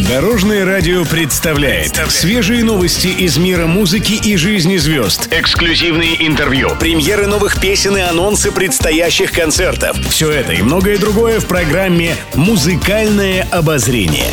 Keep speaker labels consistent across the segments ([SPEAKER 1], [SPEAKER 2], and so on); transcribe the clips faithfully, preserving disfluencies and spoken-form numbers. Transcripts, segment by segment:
[SPEAKER 1] Дорожное радио представляет свежие новости из мира музыки и жизни звезд, эксклюзивные интервью, премьеры новых песен и анонсы предстоящих концертов. Все это и многое другое в программе «Музыкальное обозрение».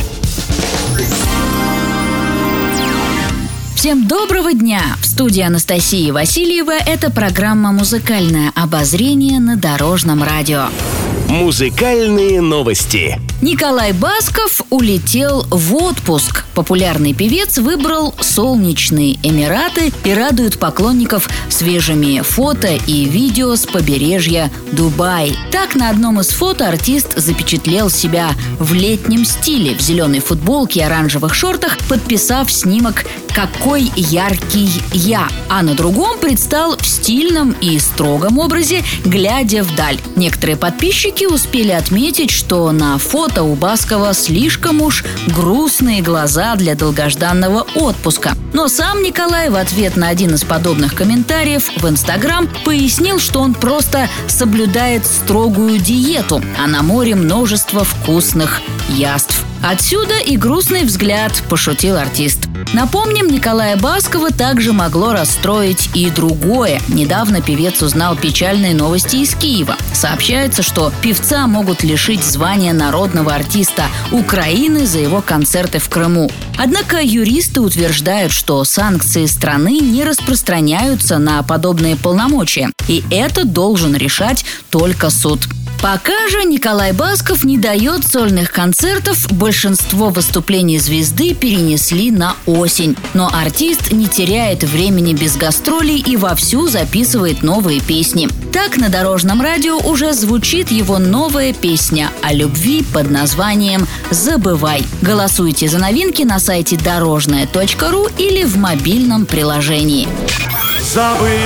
[SPEAKER 2] Всем доброго дня! В студии Анастасия Васильева. Это программа «Музыкальное обозрение» на Дорожном радио.
[SPEAKER 1] Музыкальные новости.
[SPEAKER 2] Николай Басков улетел в отпуск. Популярный певец выбрал солнечные Эмираты и радует поклонников свежими фото и видео с побережья Дубай. Так, на одном из фото артист запечатлел себя в летнем стиле, в зеленой футболке и оранжевых шортах, подписав снимок «Какой яркий я», а на другом предстал в стильном и строгом образе, глядя вдаль. Некоторые подписчики успели отметить, что на фото у Баскова слишком уж грустные глаза для долгожданного отпуска. Но сам Николай в ответ на один из подобных комментариев в Инстаграм пояснил, что он просто соблюдает строгую диету, а на море множество вкусных яств. Отсюда и грустный взгляд, пошутил артист. Напомним, Николая Баскова также могло расстроить и другое. Недавно певец узнал печальные новости из Киева. Сообщается, что певца могут лишить звания народного артиста Украины за его концерты в Крыму. Однако юристы утверждают, что санкции страны не распространяются на подобные полномочия, и это должен решать только суд. Пока же Николай Басков не дает сольных концертов, большинство выступлений звезды перенесли на осень. Но артист не теряет времени без гастролей и вовсю записывает новые песни. Так, на Дорожном радио уже звучит его новая песня о любви под названием «Забывай». Голосуйте за новинки на сайте дорожное точка ру или в мобильном приложении.
[SPEAKER 3] Забывай.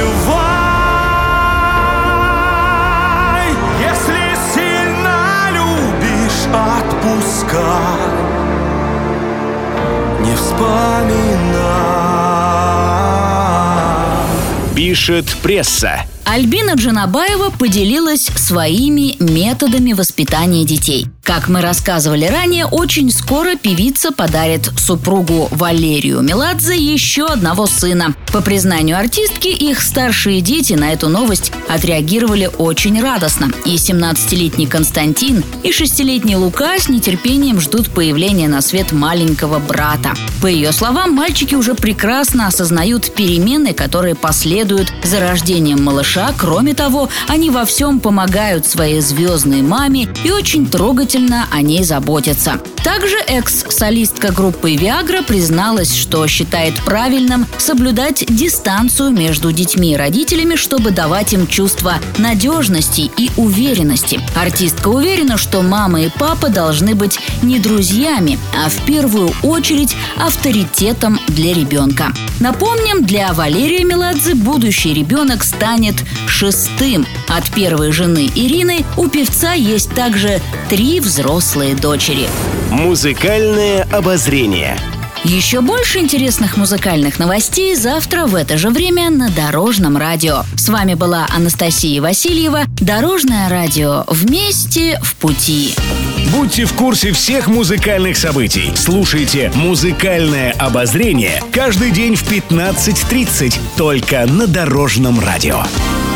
[SPEAKER 3] Отпускай, не вспоминай.
[SPEAKER 1] Пишет пресса.
[SPEAKER 2] Альбина Джанабаева поделилась своими методами воспитания детей. Как мы рассказывали ранее, очень скоро певица подарит супругу Валерию Меладзе еще одного сына. По признанию артистки, их старшие дети на эту новость отреагировали очень радостно. И семнадцатилетний Константин, и шестилетний Лука с нетерпением ждут появления на свет маленького брата. По ее словам, мальчики уже прекрасно осознают перемены, которые последуют за рождением малыша. Кроме того, они во всем помогают своей звездной маме и очень трогательно о ней заботятся. Также экс-солистка группы «Виагра» призналась, что считает правильным соблюдать дистанцию между детьми и родителями, чтобы давать им чувство надежности и уверенности. Артистка уверена, что мама и папа должны быть не друзьями, а в первую очередь авторитетом для ребенка. Напомним, для Валерия Меладзе будущий ребенок станет шестым. От первой жены Ирины у певца есть также три взрослые дочери.
[SPEAKER 1] Музыкальное обозрение.
[SPEAKER 2] Еще больше интересных музыкальных новостей завтра в это же время на Дорожном радио. С вами была Анастасия Васильева. Дорожное радио. Вместе в пути.
[SPEAKER 1] Будьте в курсе всех музыкальных событий. Слушайте «Музыкальное обозрение» каждый день в пятнадцать тридцать только на Дорожном радио.